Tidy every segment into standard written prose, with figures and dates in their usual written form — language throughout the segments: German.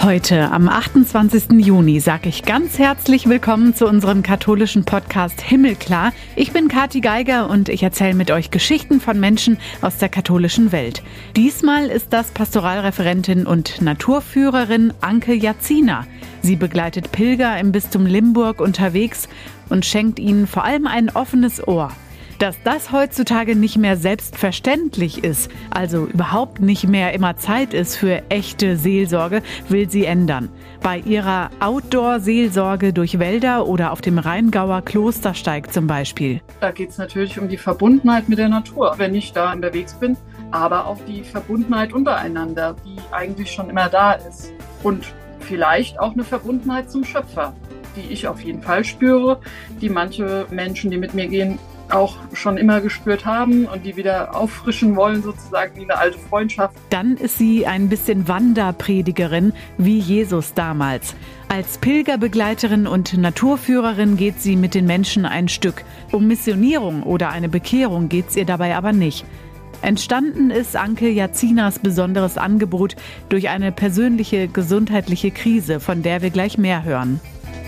Heute, am 28. Juni, sage ich ganz herzlich willkommen zu unserem katholischen Podcast Himmelklar. Ich bin Kathi Geiger und ich erzähle mit euch Geschichten von Menschen aus der katholischen Welt. Diesmal ist das Pastoralreferentin und Naturführerin Anke Jazina. Sie begleitet Pilger im Bistum Limburg unterwegs und schenkt ihnen vor allem ein offenes Ohr. Dass das heutzutage nicht mehr selbstverständlich ist, also überhaupt nicht mehr immer Zeit ist für echte Seelsorge, will sie ändern. Bei ihrer Outdoor-Seelsorge durch Wälder oder auf dem Rheingauer Klostersteig zum Beispiel. Da geht es natürlich um die Verbundenheit mit der Natur, wenn ich da unterwegs bin, aber auch die Verbundenheit untereinander, die eigentlich schon immer da ist. Und vielleicht auch eine Verbundenheit zum Schöpfer, die ich auf jeden Fall spüre, die manche Menschen, die mit mir gehen, auch schon immer gespürt haben und die wieder auffrischen wollen, sozusagen wie eine alte Freundschaft. Dann ist sie ein bisschen Wanderpredigerin, wie Jesus damals. Als Pilgerbegleiterin und Naturführerin geht sie mit den Menschen ein Stück. Um Missionierung oder eine Bekehrung geht es ihr dabei aber nicht. Entstanden ist Anke Jazinas besonderes Angebot durch eine persönliche gesundheitliche Krise, von der wir gleich mehr hören.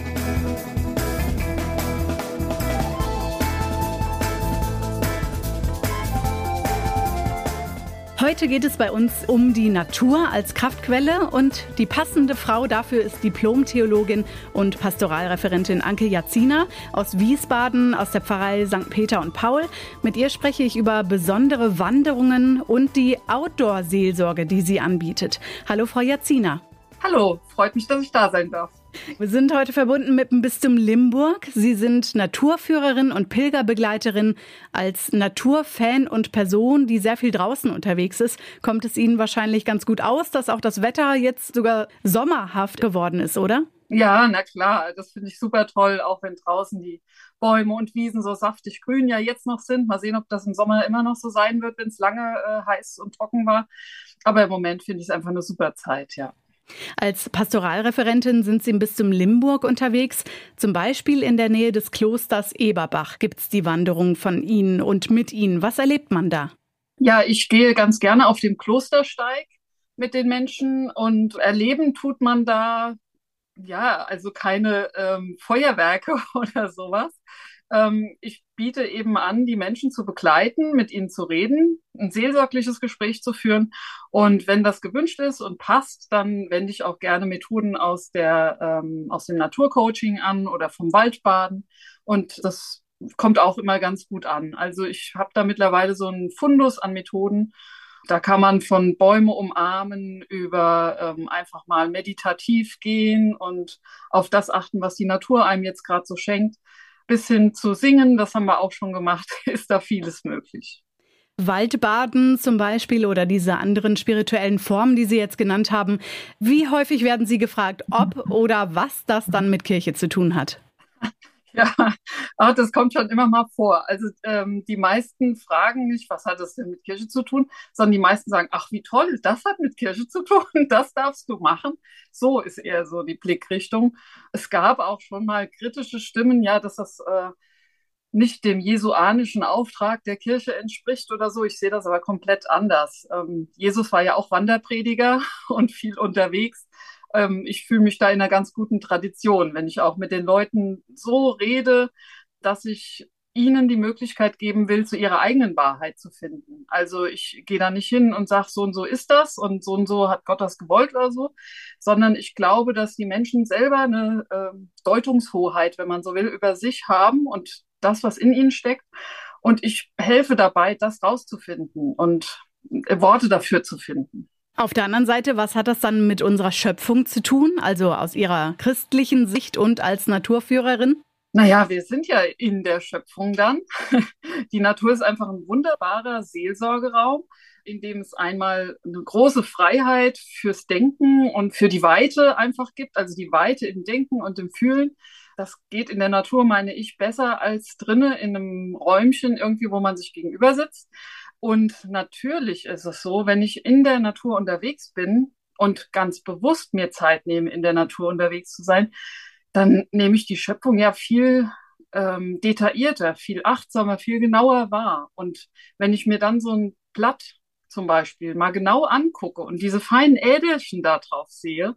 Heute geht es bei uns um die Natur als Kraftquelle und die passende Frau dafür ist Diplom-Theologin und Pastoralreferentin Anke Jazina aus Wiesbaden, aus der Pfarrei St. Peter und Paul. Mit ihr spreche ich über besondere Wanderungen und die Outdoor-Seelsorge, die sie anbietet. Hallo, Frau Jazina. Hallo, freut mich, dass ich da sein darf. Wir sind heute verbunden mit dem Bistum Limburg. Sie sind Naturführerin und Pilgerbegleiterin. Als Naturfan und Person, die sehr viel draußen unterwegs ist, kommt es Ihnen wahrscheinlich ganz gut aus, dass auch das Wetter jetzt sogar sommerhaft geworden ist, oder? Ja, na klar, das finde ich super toll, auch wenn draußen die Bäume und Wiesen so saftig grün ja jetzt noch sind. Mal sehen, ob das im Sommer immer noch so sein wird, wenn es lange heiß und trocken war. Aber im Moment finde ich es einfach eine super Zeit, ja. Als Pastoralreferentin sind Sie im Bistum Limburg unterwegs. Zum Beispiel in der Nähe des Klosters Eberbach gibt es die Wanderung von Ihnen und mit Ihnen. Was erlebt man da? Ja, ich gehe ganz gerne auf dem Klostersteig mit den Menschen und erleben tut man da, ja, also keine Feuerwerke oder sowas. Ich biete eben an, die Menschen zu begleiten, mit ihnen zu reden, ein seelsorgliches Gespräch zu führen. Und wenn das gewünscht ist und passt, dann wende ich auch gerne Methoden aus dem Naturcoaching an oder vom Waldbaden. Und das kommt auch immer ganz gut an. Also ich habe da mittlerweile so einen Fundus an Methoden. Da kann man von Bäume umarmen über einfach mal meditativ gehen und auf das achten, was die Natur einem jetzt gerade so schenkt, bis hin zu singen, das haben wir auch schon gemacht, ist da vieles möglich. Waldbaden zum Beispiel oder diese anderen spirituellen Formen, die Sie jetzt genannt haben. Wie häufig werden Sie gefragt, ob oder was das dann mit Kirche zu tun hat? Ja, das kommt schon immer mal vor. Also die meisten fragen nicht, was hat das denn mit Kirche zu tun, sondern die meisten sagen, ach wie toll, das hat mit Kirche zu tun, das darfst du machen. So ist eher so die Blickrichtung. Es gab auch schon mal kritische Stimmen, ja, dass das nicht dem jesuanischen Auftrag der Kirche entspricht oder so. Ich sehe das aber komplett anders. Jesus war ja auch Wanderprediger und viel unterwegs. Ich fühle mich da in einer ganz guten Tradition, wenn ich auch mit den Leuten so rede, dass ich ihnen die Möglichkeit geben will, zu ihrer eigenen Wahrheit zu finden. Also ich gehe da nicht hin und sage, so und so hat Gott das gewollt oder so, sondern ich glaube, dass die Menschen selber eine Deutungshoheit, wenn man so will, über sich haben und das, was in ihnen steckt. Und ich helfe dabei, das rauszufinden und Worte dafür zu finden. Auf der anderen Seite, was hat das dann mit unserer Schöpfung zu tun? Also aus Ihrer christlichen Sicht und als Naturführerin? Naja, wir sind ja in der Schöpfung dann. Die Natur ist einfach ein wunderbarer Seelsorgeraum, in dem es einmal eine große Freiheit fürs Denken und für die Weite einfach gibt, also die Weite im Denken und im Fühlen. Das geht in der Natur, meine ich, besser als drinnen in einem Räumchen irgendwie, wo man sich gegenüber sitzt. Und natürlich ist es so, wenn ich in der Natur unterwegs bin und ganz bewusst mir Zeit nehme, in der Natur unterwegs zu sein, dann nehme ich die Schöpfung ja viel detaillierter, viel achtsamer, viel genauer wahr. Und wenn ich mir dann so ein Blatt zum Beispiel mal genau angucke und diese feinen Äderchen da drauf sehe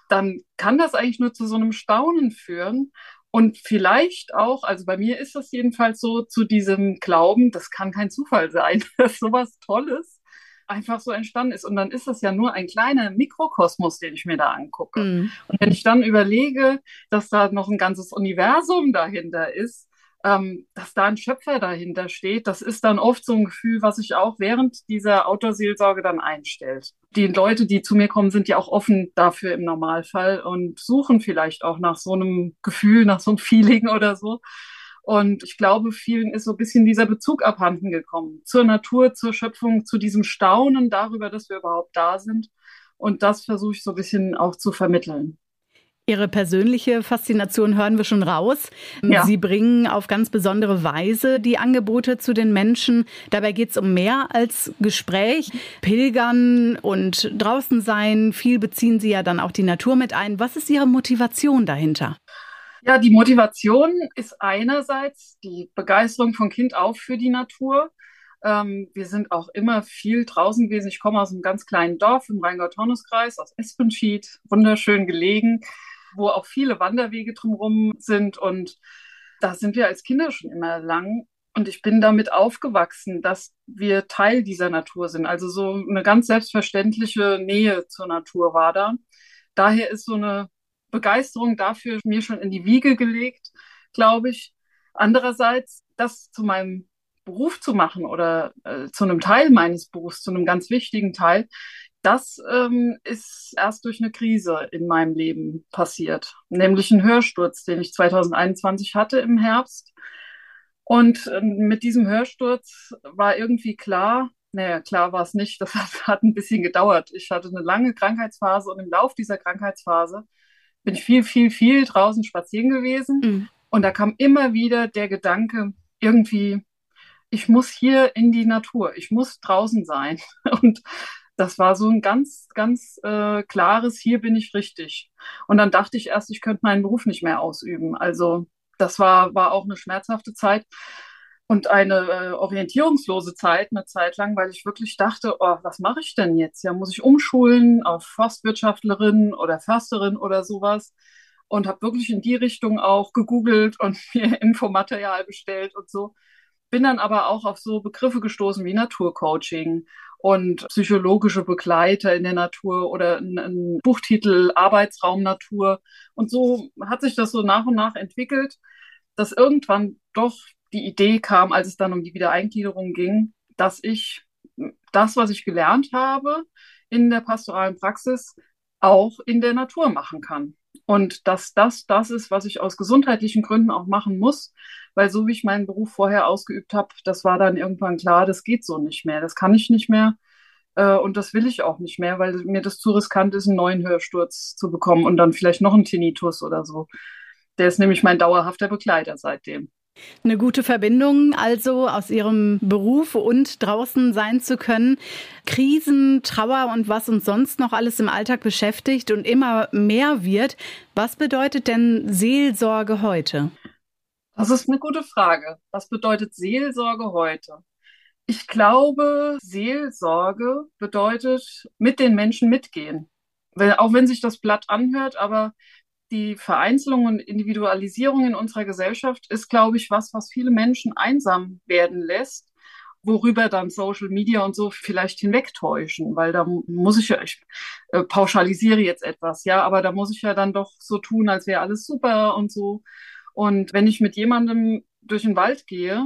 dann kann das eigentlich nur zu so einem Staunen führen. Und vielleicht auch, also bei mir ist das jedenfalls so, zu diesem Glauben, das kann kein Zufall sein, dass sowas Tolles einfach so entstanden ist. Und dann ist das ja nur ein kleiner Mikrokosmos, den ich mir da angucke. Mhm. Und wenn ich dann überlege, dass da noch ein ganzes Universum dahinter ist, dass da ein Schöpfer dahinter steht, das ist dann oft so ein Gefühl, was sich auch während dieser Outdoor-Seelsorge dann einstellt. Die Leute, die zu mir kommen, sind ja auch offen dafür im Normalfall und suchen vielleicht auch nach so einem Gefühl, nach so einem Feeling oder so. Und ich glaube, vielen ist so ein bisschen dieser Bezug abhanden gekommen zur Natur, zur Schöpfung, zu diesem Staunen darüber, dass wir überhaupt da sind. Und das versuche ich so ein bisschen auch zu vermitteln. Ihre persönliche Faszination hören wir schon raus. Ja. Sie bringen auf ganz besondere Weise die Angebote zu den Menschen. Dabei geht es um mehr als Gespräch, Pilgern und draußen sein. Viel beziehen Sie ja dann auch die Natur mit ein. Was ist Ihre Motivation dahinter? Ja, die Motivation ist einerseits die Begeisterung von Kind auf für die Natur. Wir sind auch immer viel draußen gewesen. Ich komme aus einem ganz kleinen Dorf im Rheingau-Taunus-Kreis, aus Espenschied, wunderschön gelegen, wo auch viele Wanderwege drumherum sind. Und da sind wir als Kinder schon immer lang. Und ich bin damit aufgewachsen, dass wir Teil dieser Natur sind. Also so eine ganz selbstverständliche Nähe zur Natur war da. Daher ist so eine Begeisterung dafür mir schon in die Wiege gelegt, glaube ich. Andererseits, das zu meinem Beruf zu machen oder zu einem Teil meines Berufs, zu einem ganz wichtigen Teil, das ist erst durch eine Krise in meinem Leben passiert, nämlich ein Hörsturz, den ich 2021 hatte im Herbst. Und mit diesem Hörsturz war irgendwie klar, naja, klar war es nicht, das hat ein bisschen gedauert. Ich hatte eine lange Krankheitsphase und im Lauf dieser Krankheitsphase bin ich viel draußen spazieren gewesen. Mhm. Und da kam immer wieder der Gedanke, irgendwie, ich muss hier in die Natur, ich muss draußen sein. Und das war so ein ganz klares, hier bin ich richtig. Und dann dachte ich erst, ich könnte meinen Beruf nicht mehr ausüben. Also das war auch eine schmerzhafte Zeit und eine orientierungslose Zeit, eine Zeit lang, weil ich wirklich dachte, oh, was mache ich denn jetzt? Ja, muss ich umschulen auf Forstwirtschaftlerin oder Försterin oder sowas? Und habe wirklich in die Richtung auch gegoogelt und mir Infomaterial bestellt und so. Bin dann aber auch auf so Begriffe gestoßen wie Naturcoaching und psychologische Begleiter in der Natur oder ein Buchtitel Arbeitsraum Natur. Und so hat sich das so nach und nach entwickelt, dass irgendwann doch die Idee kam, als es dann um die Wiedereingliederung ging, dass ich das, was ich gelernt habe in der pastoralen Praxis, auch in der Natur machen kann. Und dass das ist, was ich aus gesundheitlichen Gründen auch machen muss, weil so wie ich meinen Beruf vorher ausgeübt habe, das war dann irgendwann klar, das geht so nicht mehr, das kann ich nicht mehr und das will ich auch nicht mehr, weil mir das zu riskant ist, einen neuen Hörsturz zu bekommen und dann vielleicht noch einen Tinnitus oder so. Der ist nämlich mein dauerhafter Begleiter seitdem. Eine gute Verbindung also aus Ihrem Beruf und draußen sein zu können. Krisen, Trauer und was uns sonst noch alles im Alltag beschäftigt und immer mehr wird. Was bedeutet denn Seelsorge heute? Das ist eine gute Frage. Was bedeutet Seelsorge heute? Ich glaube, Seelsorge bedeutet mit den Menschen mitgehen. Auch wenn sich das platt anhört, aber die Vereinzelung und Individualisierung in unserer Gesellschaft ist, glaube ich, was viele Menschen einsam werden lässt, worüber dann Social Media und so vielleicht hinwegtäuschen, weil da muss ich pauschalisiere jetzt etwas, ja, aber da muss ich ja dann doch so tun, als wäre alles super und so. Und wenn ich mit jemandem durch den Wald gehe,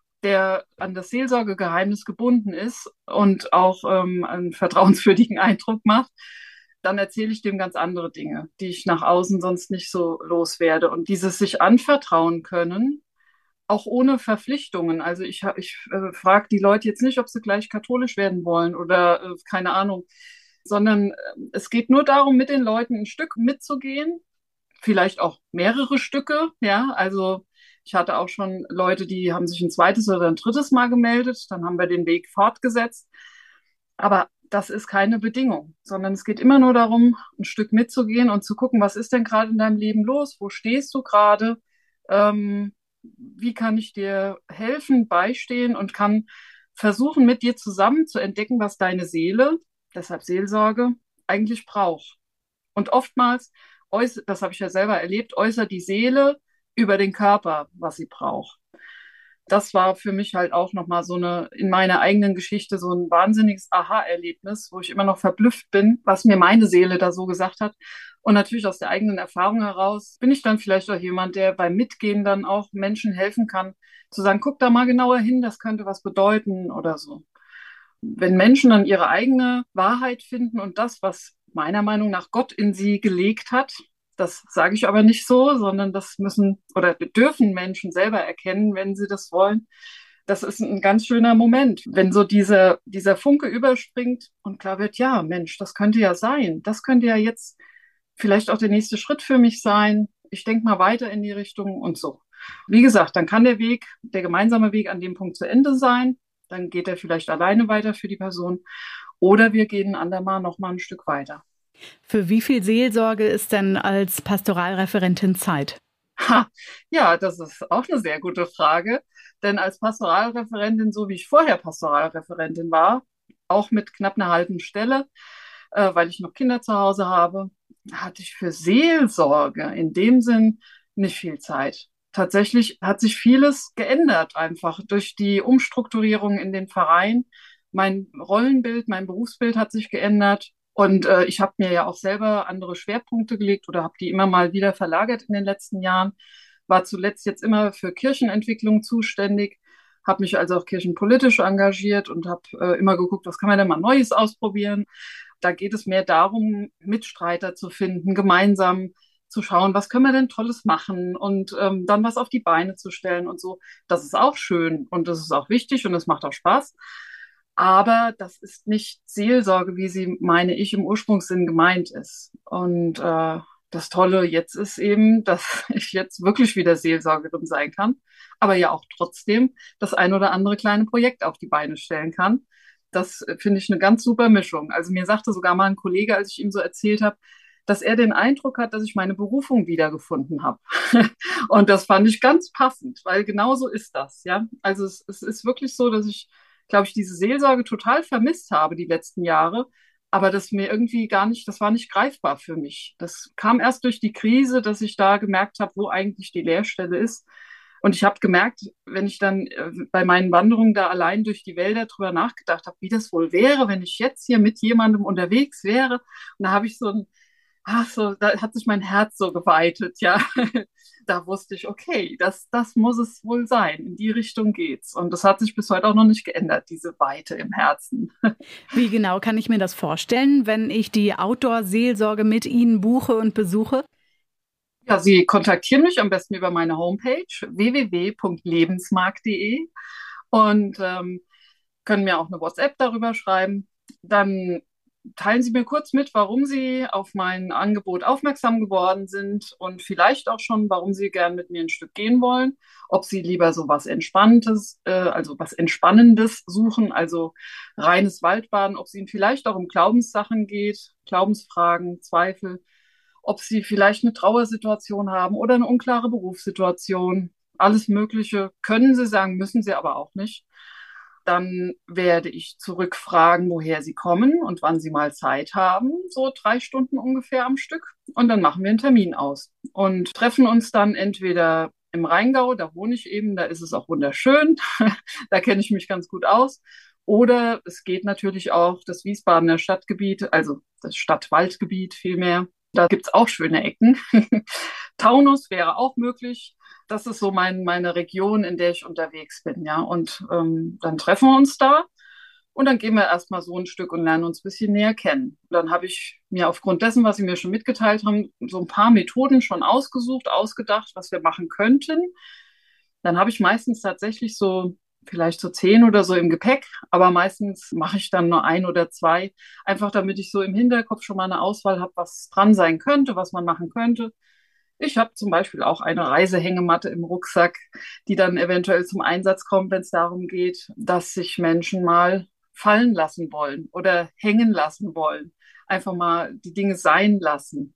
der an das Seelsorgegeheimnis gebunden ist und auch einen vertrauenswürdigen Eindruck macht, dann erzähle ich dem ganz andere Dinge, die ich nach außen sonst nicht so loswerde. Und dieses sich anvertrauen können, auch ohne Verpflichtungen. Also ich frage die Leute jetzt nicht, ob sie gleich katholisch werden wollen oder keine Ahnung, sondern es geht nur darum, mit den Leuten ein Stück mitzugehen, vielleicht auch mehrere Stücke, ja, also ich hatte auch schon Leute, die haben sich ein zweites oder ein drittes Mal gemeldet, dann haben wir den Weg fortgesetzt. Aber das ist keine Bedingung, sondern es geht immer nur darum, ein Stück mitzugehen und zu gucken, was ist denn gerade in deinem Leben los? Wo stehst du gerade? Wie kann ich dir helfen, beistehen und kann versuchen, mit dir zusammen zu entdecken, was deine Seele, deshalb Seelsorge, eigentlich braucht. Und oftmals, das habe ich ja selber erlebt, äußert die Seele über den Körper, was sie braucht. Das war für mich halt auch nochmal in meiner eigenen Geschichte so ein wahnsinniges Aha-Erlebnis, wo ich immer noch verblüfft bin, was mir meine Seele da so gesagt hat. Und natürlich aus der eigenen Erfahrung heraus bin ich dann vielleicht auch jemand, der beim Mitgehen dann auch Menschen helfen kann, zu sagen, guck da mal genauer hin, das könnte was bedeuten oder so. Wenn Menschen dann ihre eigene Wahrheit finden und das, was meiner Meinung nach Gott in sie gelegt hat, das sage ich aber nicht so, sondern das müssen oder dürfen Menschen selber erkennen, wenn sie das wollen. Das ist ein ganz schöner Moment, wenn so dieser Funke überspringt und klar wird, ja, Mensch, das könnte ja sein. Das könnte ja jetzt vielleicht auch der nächste Schritt für mich sein. Ich denke mal weiter in die Richtung und so. Wie gesagt, dann kann der gemeinsame Weg an dem Punkt zu Ende sein. Dann geht er vielleicht alleine weiter für die Person. Oder wir gehen ein andermal noch mal ein Stück weiter. Für wie viel Seelsorge ist denn als Pastoralreferentin Zeit? Ja, das ist auch eine sehr gute Frage. Denn als Pastoralreferentin, so wie ich vorher Pastoralreferentin war, auch mit knapp einer halben Stelle, weil ich noch Kinder zu Hause habe, hatte ich für Seelsorge in dem Sinn nicht viel Zeit. Tatsächlich hat sich vieles geändert, einfach durch die Umstrukturierung in den Verein. Mein Rollenbild, mein Berufsbild hat sich geändert. Und ich habe mir ja auch selber andere Schwerpunkte gelegt oder habe die immer mal wieder verlagert in den letzten Jahren. War zuletzt jetzt immer für Kirchenentwicklung zuständig, habe mich also auch kirchenpolitisch engagiert und habe immer geguckt, was kann man denn mal Neues ausprobieren. Da geht es mehr darum, Mitstreiter zu finden, gemeinsam zu schauen, was können wir denn Tolles machen und dann was auf die Beine zu stellen und so. Das ist auch schön und das ist auch wichtig und es macht auch Spaß. Aber das ist nicht Seelsorge, wie sie, meine ich, im Ursprungssinn gemeint ist. Und das Tolle jetzt ist eben, dass ich jetzt wirklich wieder Seelsorgerin sein kann, aber ja auch trotzdem das ein oder andere kleine Projekt auf die Beine stellen kann. Das finde ich eine ganz super Mischung. Also mir sagte sogar mal ein Kollege, als ich ihm so erzählt habe, dass er den Eindruck hat, dass ich meine Berufung wiedergefunden habe. Und das fand ich ganz passend, weil genau so ist das, ja. Also es ist wirklich so, dass ich, glaube ich, diese Seelsorge total vermisst habe die letzten Jahre, aber das mir irgendwie gar nicht, das war nicht greifbar für mich. Das kam erst durch die Krise, dass ich da gemerkt habe, wo eigentlich die Leerstelle ist. Und ich habe gemerkt, wenn ich dann bei meinen Wanderungen da allein durch die Wälder drüber nachgedacht habe, wie das wohl wäre, wenn ich jetzt hier mit jemandem unterwegs wäre. Und da habe ich da hat sich mein Herz so geweitet, ja. Da wusste ich, okay, das muss es wohl sein. In die Richtung geht's. Und das hat sich bis heute auch noch nicht geändert, diese Weite im Herzen. Wie genau kann ich mir das vorstellen, wenn ich die Outdoor-Seelsorge mit Ihnen buche und besuche? Ja, Sie kontaktieren mich am besten über meine Homepage www.lebensmark.de und können mir auch eine WhatsApp darüber schreiben. Dann teilen Sie mir kurz mit, warum Sie auf mein Angebot aufmerksam geworden sind und vielleicht auch schon, warum Sie gern mit mir ein Stück gehen wollen. Ob Sie lieber so was Entspanntes, also was Entspannendes suchen, also reines Waldbaden, ob es Ihnen vielleicht auch um Glaubenssachen geht, Glaubensfragen, Zweifel, ob Sie vielleicht eine Trauersituation haben oder eine unklare Berufssituation. Alles Mögliche können Sie sagen, müssen Sie aber auch nicht. Dann werde ich zurückfragen, woher Sie kommen und wann Sie mal Zeit haben, so 3 Stunden ungefähr am Stück. Und dann machen wir einen Termin aus und treffen uns dann entweder im Rheingau, da wohne ich eben, da ist es auch wunderschön, da kenne ich mich ganz gut aus. Oder es geht natürlich auch das Wiesbadener Stadtgebiet, also das Stadtwaldgebiet vielmehr. Da gibt's auch schöne Ecken. Taunus wäre auch möglich. Das ist so meine Region, in der ich unterwegs bin, ja. Und dann treffen wir uns da und dann gehen wir erstmal so ein Stück und lernen uns ein bisschen näher kennen. Dann habe ich mir aufgrund dessen, was Sie mir schon mitgeteilt haben, so ein paar Methoden schon ausgesucht, ausgedacht, was wir machen könnten. Dann habe ich meistens tatsächlich vielleicht so 10 oder so im Gepäck, aber meistens mache ich dann nur 1 oder 2, einfach damit ich so im Hinterkopf schon mal eine Auswahl habe, was dran sein könnte, was man machen könnte. Ich habe zum Beispiel auch eine Reisehängematte im Rucksack, die dann eventuell zum Einsatz kommt, wenn es darum geht, dass sich Menschen mal fallen lassen wollen oder hängen lassen wollen. Einfach mal die Dinge sein lassen.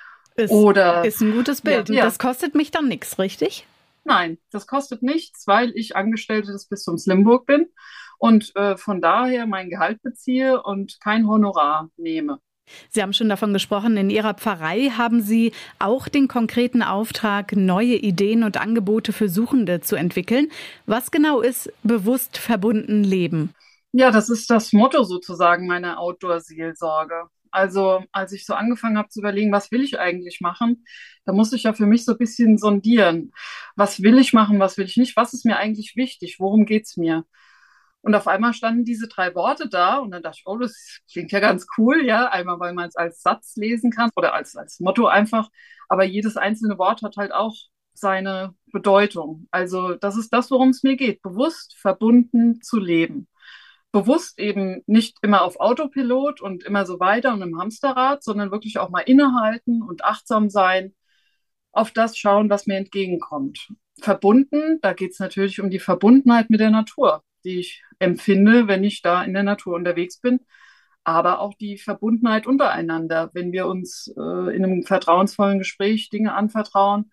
Oder Ist ein gutes Bild. ja, Und ja. das kostet mich dann nichts, richtig? Nein, das kostet nichts, weil ich Angestellte des Bistums Limburg bin und von daher mein Gehalt beziehe und kein Honorar nehme. Sie haben schon davon gesprochen, in Ihrer Pfarrei haben Sie auch den konkreten Auftrag, neue Ideen und Angebote für Suchende zu entwickeln. Was genau ist bewusst verbunden leben? Ja, das ist das Motto sozusagen meiner Outdoor-Seelsorge. Also, als ich so angefangen habe zu überlegen, was will ich eigentlich machen, da musste ich ja für mich so ein bisschen sondieren. Was will ich machen, was will ich nicht? Was ist mir eigentlich wichtig? Worum geht's mir? Und auf einmal standen diese drei Worte da und dann dachte ich, oh, das klingt ja ganz cool, ja. Einmal, weil man es als Satz lesen kann oder als Motto einfach. Aber jedes einzelne Wort hat halt auch seine Bedeutung. Also das ist das, worum es mir geht. Bewusst verbunden zu leben. Bewusst eben nicht immer auf Autopilot und immer so weiter und im Hamsterrad, sondern wirklich auch mal innehalten und achtsam sein, auf das schauen, was mir entgegenkommt. Verbunden, da geht es natürlich um die Verbundenheit mit der Natur, die ich empfinde, wenn ich da in der Natur unterwegs bin, aber auch die Verbundenheit untereinander, wenn wir uns in einem vertrauensvollen Gespräch Dinge anvertrauen,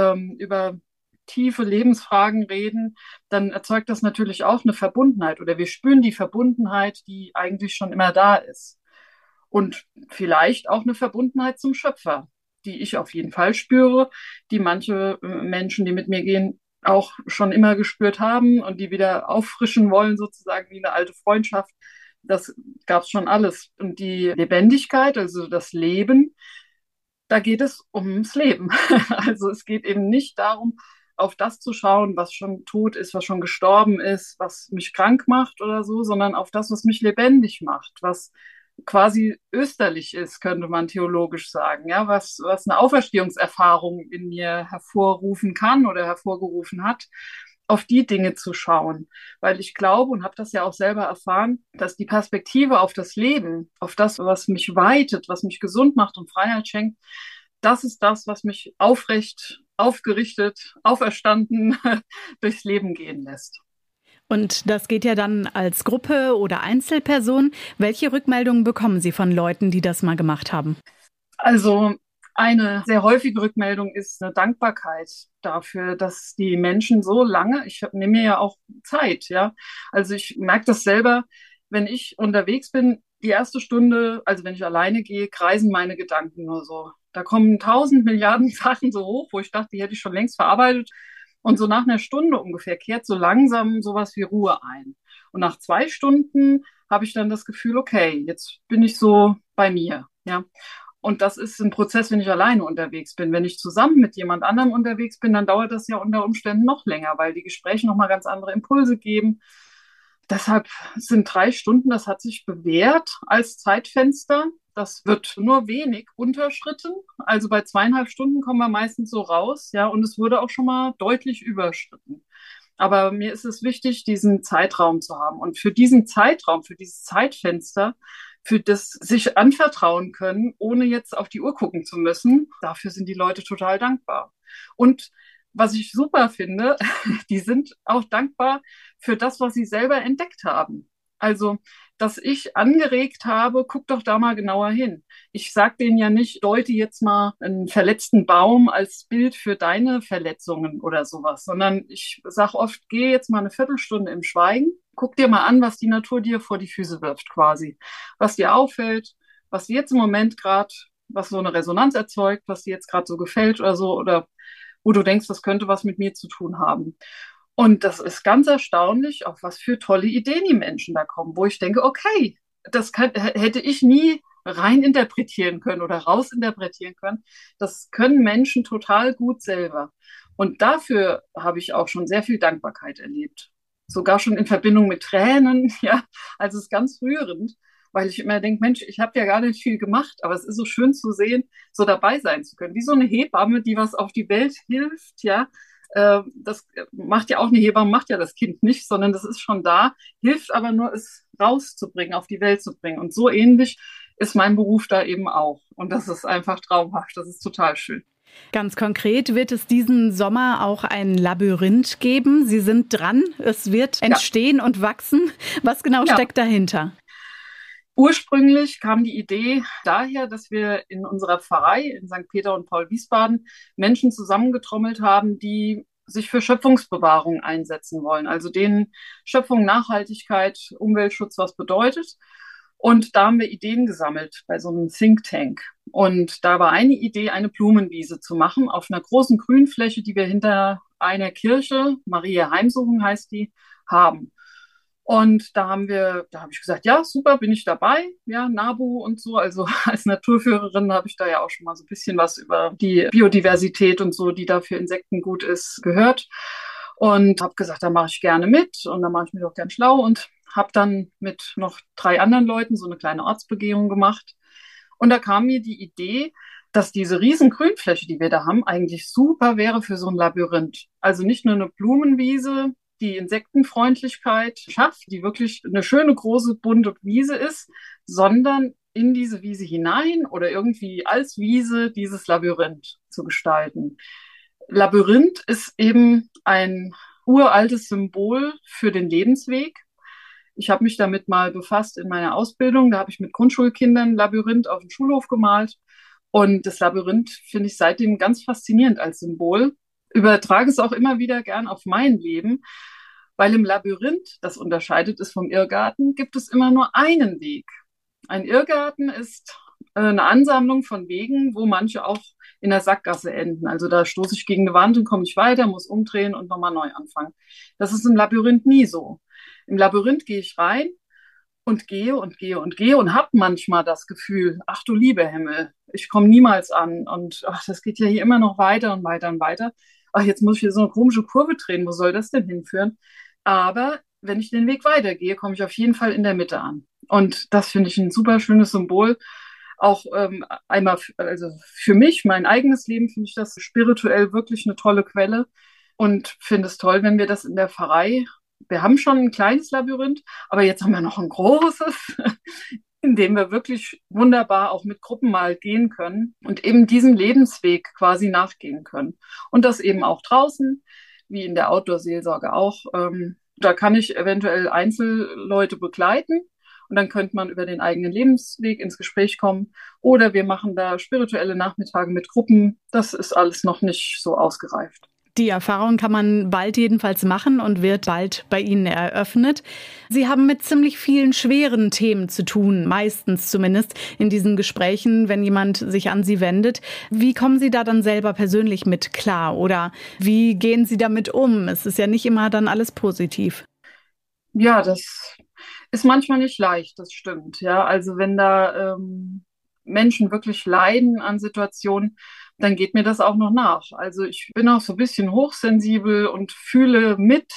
über tiefe Lebensfragen reden, dann erzeugt das natürlich auch eine Verbundenheit oder wir spüren die Verbundenheit, die eigentlich schon immer da ist. Und vielleicht auch eine Verbundenheit zum Schöpfer, die ich auf jeden Fall spüre, die manche Menschen, die mit mir gehen, auch schon immer gespürt haben und die wieder auffrischen wollen, sozusagen wie eine alte Freundschaft. Das gab es schon alles. Und die Lebendigkeit, also das Leben, da geht es ums Leben. Also es geht eben nicht darum, auf das zu schauen, was schon tot ist, was schon gestorben ist, was mich krank macht oder so, sondern auf das, was mich lebendig macht, was quasi österlich ist, könnte man theologisch sagen, ja, was eine Auferstehungserfahrung in mir hervorrufen kann oder hervorgerufen hat, auf die Dinge zu schauen. Weil ich glaube und habe das ja auch selber erfahren, dass die Perspektive auf das Leben, auf das, was mich weitet, was mich gesund macht und Freiheit schenkt, das ist das, was mich aufrecht, aufgerichtet, auferstanden durchs Leben gehen lässt. Und das geht ja dann als Gruppe oder Einzelperson. Welche Rückmeldungen bekommen Sie von Leuten, die das mal gemacht haben? Also eine sehr häufige Rückmeldung ist eine Dankbarkeit dafür, dass die Menschen so lange, ich nehme mir ja auch Zeit, ja. Also ich merke das selber, wenn ich unterwegs bin, die erste Stunde, also wenn ich alleine gehe, kreisen meine Gedanken nur so. Da kommen 1.000 Milliarden Sachen so hoch, wo ich dachte, die hätte ich schon längst verarbeitet. Und so nach einer Stunde ungefähr kehrt so langsam sowas wie Ruhe ein. Und nach 2 Stunden habe ich dann das Gefühl, okay, jetzt bin ich so bei mir, ja. Und das ist ein Prozess, wenn ich alleine unterwegs bin. Wenn ich zusammen mit jemand anderem unterwegs bin, dann dauert das ja unter Umständen noch länger, weil die Gespräche nochmal ganz andere Impulse geben. Deshalb sind 3 Stunden, das hat sich bewährt als Zeitfenster. Das wird nur wenig unterschritten. Also bei 2,5 Stunden kommen wir meistens so raus, ja, und es wurde auch schon mal deutlich überschritten. Aber mir ist es wichtig, diesen Zeitraum zu haben. Und für diesen Zeitraum, für dieses Zeitfenster, für das sich anvertrauen können, ohne jetzt auf die Uhr gucken zu müssen, dafür sind die Leute total dankbar. Und was ich super finde, die sind auch dankbar für das, was sie selber entdeckt haben. Also, dass ich angeregt habe, guck doch da mal genauer hin. Ich sag denen ja nicht, deute jetzt mal einen verletzten Baum als Bild für deine Verletzungen oder sowas, sondern ich sag oft, geh jetzt mal eine Viertelstunde im Schweigen, guck dir mal an, was die Natur dir vor die Füße wirft quasi, was dir auffällt, was dir jetzt im Moment gerade, was so eine Resonanz erzeugt, was dir jetzt gerade so gefällt oder so, oder wo du denkst, das könnte was mit mir zu tun haben. Und das ist ganz erstaunlich, auf was für tolle Ideen die Menschen da kommen, wo ich denke, okay, hätte ich nie rein interpretieren können oder raus interpretieren können. Das können Menschen total gut selber. Und dafür habe ich auch schon sehr viel Dankbarkeit erlebt. Sogar schon in Verbindung mit Tränen, ja. Also es ist ganz rührend, weil ich immer denke, Mensch, ich habe ja gar nicht viel gemacht, aber es ist so schön zu sehen, so dabei sein zu können. Wie so eine Hebamme, die was auf die Welt hilft, ja. Das macht ja auch eine Hebamme, macht ja das Kind nicht, sondern das ist schon da, hilft aber nur, es rauszubringen, auf die Welt zu bringen. Und so ähnlich ist mein Beruf da eben auch. Und das ist einfach traumhaft. Das ist total schön. Ganz konkret wird es diesen Sommer auch ein Labyrinth geben. Sie sind dran. Es wird entstehen und wachsen. Was genau steckt dahinter? Ursprünglich kam die Idee daher, dass wir in unserer Pfarrei in St. Peter und Paul Wiesbaden Menschen zusammengetrommelt haben, die sich für Schöpfungsbewahrung einsetzen wollen. Also denen Schöpfung, Nachhaltigkeit, Umweltschutz was bedeutet. Und da haben wir Ideen gesammelt bei so einem Think Tank. Und da war eine Idee, eine Blumenwiese zu machen auf einer großen Grünfläche, die wir hinter einer Kirche, Maria Heimsuchung heißt die, haben. Und da habe ich gesagt, ja, super, bin ich dabei, ja, NABU und so. Also als Naturführerin habe ich da ja auch schon mal so ein bisschen was über die Biodiversität und so, die da für Insekten gut ist, gehört. Und habe gesagt, da mache ich gerne mit und da mache ich mich auch gern schlau und habe dann mit noch 3 anderen Leuten so eine kleine Ortsbegehung gemacht. Und da kam mir die Idee, dass diese riesen Grünfläche, die wir da haben, eigentlich super wäre für so ein Labyrinth. Also nicht nur eine Blumenwiese, die Insektenfreundlichkeit schafft, die wirklich eine schöne große bunte Wiese ist, sondern in diese Wiese hinein oder irgendwie als Wiese dieses Labyrinth zu gestalten. Labyrinth ist eben ein uraltes Symbol für den Lebensweg. Ich habe mich damit mal befasst in meiner Ausbildung. Da habe ich mit Grundschulkindern Labyrinth auf dem Schulhof gemalt. Und das Labyrinth finde ich seitdem ganz faszinierend als Symbol. Übertrage es auch immer wieder gern auf mein Leben, weil im Labyrinth, das unterscheidet es vom Irrgarten, gibt es immer nur einen Weg. Ein Irrgarten ist eine Ansammlung von Wegen, wo manche auch in der Sackgasse enden. Also da stoße ich gegen eine Wand und komme nicht weiter, muss umdrehen und nochmal neu anfangen. Das ist im Labyrinth nie so. Im Labyrinth gehe ich rein und gehe und gehe und gehe und habe manchmal das Gefühl, ach du lieber Himmel, ich komme niemals an und ach, das geht ja hier immer noch weiter und weiter und weiter. Ach, jetzt muss ich hier so eine komische Kurve drehen, wo soll das denn hinführen? Aber wenn ich den Weg weitergehe, komme ich auf jeden Fall in der Mitte an. Und das finde ich ein super schönes Symbol. Auch einmal, also für mich, mein eigenes Leben, finde ich das spirituell wirklich eine tolle Quelle und finde es toll, wenn wir das in der Pfarrei, wir haben schon ein kleines Labyrinth, aber jetzt haben wir noch ein großes, in dem wir wirklich wunderbar auch mit Gruppen mal gehen können und eben diesem Lebensweg quasi nachgehen können. Und das eben auch draußen, wie in der Outdoor-Seelsorge auch. Da kann ich eventuell Einzelleute begleiten und dann könnte man über den eigenen Lebensweg ins Gespräch kommen. Oder wir machen da spirituelle Nachmittage mit Gruppen. Das ist alles noch nicht so ausgereift. Die Erfahrung kann man bald jedenfalls machen und wird bald bei Ihnen eröffnet. Sie haben mit ziemlich vielen schweren Themen zu tun, meistens zumindest in diesen Gesprächen, wenn jemand sich an Sie wendet. Wie kommen Sie da dann selber persönlich mit klar oder wie gehen Sie damit um? Es ist ja nicht immer dann alles positiv. Ja, das ist manchmal nicht leicht, das stimmt. Ja, also wenn da Menschen wirklich leiden an Situationen, dann geht mir das auch noch nach. Also ich bin auch so ein bisschen hochsensibel und fühle mit,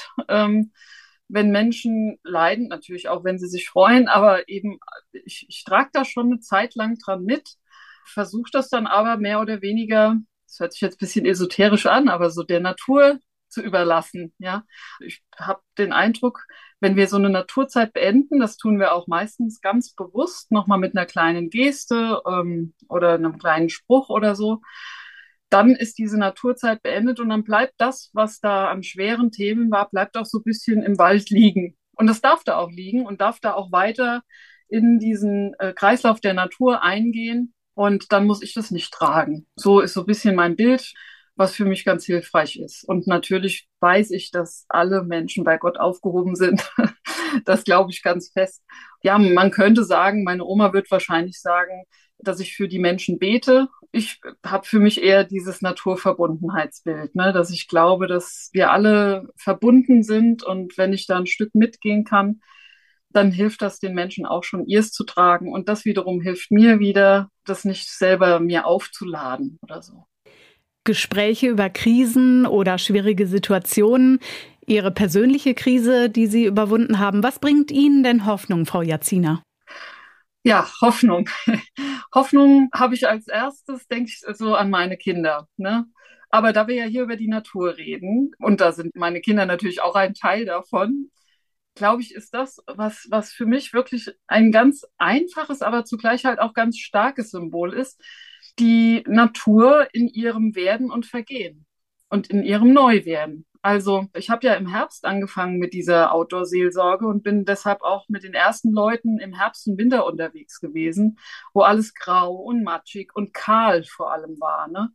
wenn Menschen leiden, natürlich auch, wenn sie sich freuen, aber eben ich trage da schon eine Zeit lang dran mit, versuche das dann aber mehr oder weniger, das hört sich jetzt ein bisschen esoterisch an, aber so der Natur zu überlassen. Ja, ich habe den Eindruck, wenn wir so eine Naturzeit beenden, das tun wir auch meistens ganz bewusst, nochmal mit einer kleinen Geste oder einem kleinen Spruch oder so, dann ist diese Naturzeit beendet und dann bleibt das, was da an schweren Themen war, bleibt auch so ein bisschen im Wald liegen. Und das darf da auch liegen und darf da auch weiter in diesen Kreislauf der Natur eingehen. Und dann muss ich das nicht tragen. So ist so ein bisschen mein Bild, was für mich ganz hilfreich ist. Und natürlich weiß ich, dass alle Menschen bei Gott aufgehoben sind. Das glaube ich ganz fest. Ja, man könnte sagen, meine Oma wird wahrscheinlich sagen, dass ich für die Menschen bete. Ich habe für mich eher dieses Naturverbundenheitsbild, ne? Dass ich glaube, dass wir alle verbunden sind und wenn ich da ein Stück mitgehen kann, dann hilft das den Menschen auch schon, ihrs zu tragen. Und das wiederum hilft mir wieder, das nicht selber mir aufzuladen oder so. Gespräche über Krisen oder schwierige Situationen, Ihre persönliche Krise, die Sie überwunden haben. Was bringt Ihnen denn Hoffnung, Frau Jazina? Ja, Hoffnung. Hoffnung habe ich als erstes, denke ich, so an meine Kinder, ne? Aber da wir ja hier über die Natur reden, und da sind meine Kinder natürlich auch ein Teil davon, glaube ich, ist das, was für mich wirklich ein ganz einfaches, aber zugleich halt auch ganz starkes Symbol ist, die Natur in ihrem Werden und Vergehen und in ihrem Neuwerden. Also ich habe ja im Herbst angefangen mit dieser Outdoor-Seelsorge und bin deshalb auch mit den ersten Leuten im Herbst und Winter unterwegs gewesen, wo alles grau und matschig und kahl vor allem war, ne?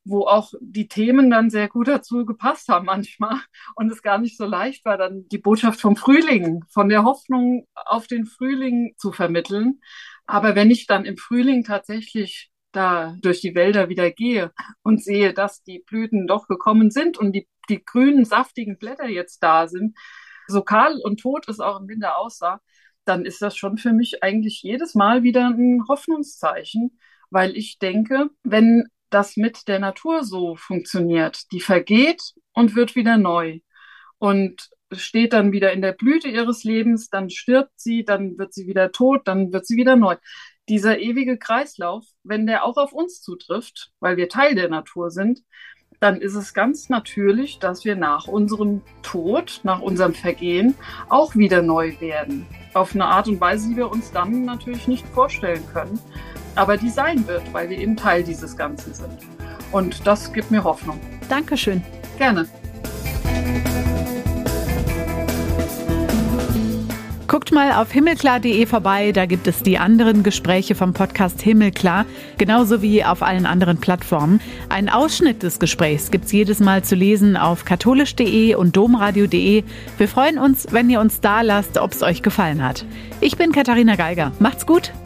wo auch die Themen dann sehr gut dazu gepasst haben manchmal und es gar nicht so leicht war, dann die Botschaft vom Frühling, von der Hoffnung auf den Frühling zu vermitteln. Aber wenn ich dann im Frühling tatsächlich da durch die Wälder wieder gehe und sehe, dass die Blüten doch gekommen sind und die grünen, saftigen Blätter jetzt da sind, so kahl und tot es auch im Winter aussah, dann ist das schon für mich eigentlich jedes Mal wieder ein Hoffnungszeichen, weil ich denke, wenn das mit der Natur so funktioniert, die vergeht und wird wieder neu und steht dann wieder in der Blüte ihres Lebens, dann stirbt sie, dann wird sie wieder tot, dann wird sie wieder neu. Dieser ewige Kreislauf, wenn der auch auf uns zutrifft, weil wir Teil der Natur sind, dann ist es ganz natürlich, dass wir nach unserem Tod, nach unserem Vergehen auch wieder neu werden. Auf eine Art und Weise, die wir uns dann natürlich nicht vorstellen können, aber die sein wird, weil wir eben Teil dieses Ganzen sind. Und das gibt mir Hoffnung. Dankeschön. Gerne. Guckt mal auf himmelklar.de vorbei, da gibt es die anderen Gespräche vom Podcast Himmelklar, genauso wie auf allen anderen Plattformen. Ein Ausschnitt des Gesprächs gibt's jedes Mal zu lesen auf katholisch.de und domradio.de. Wir freuen uns, wenn ihr uns da lasst, ob es euch gefallen hat. Ich bin Katharina Geiger. Macht's gut!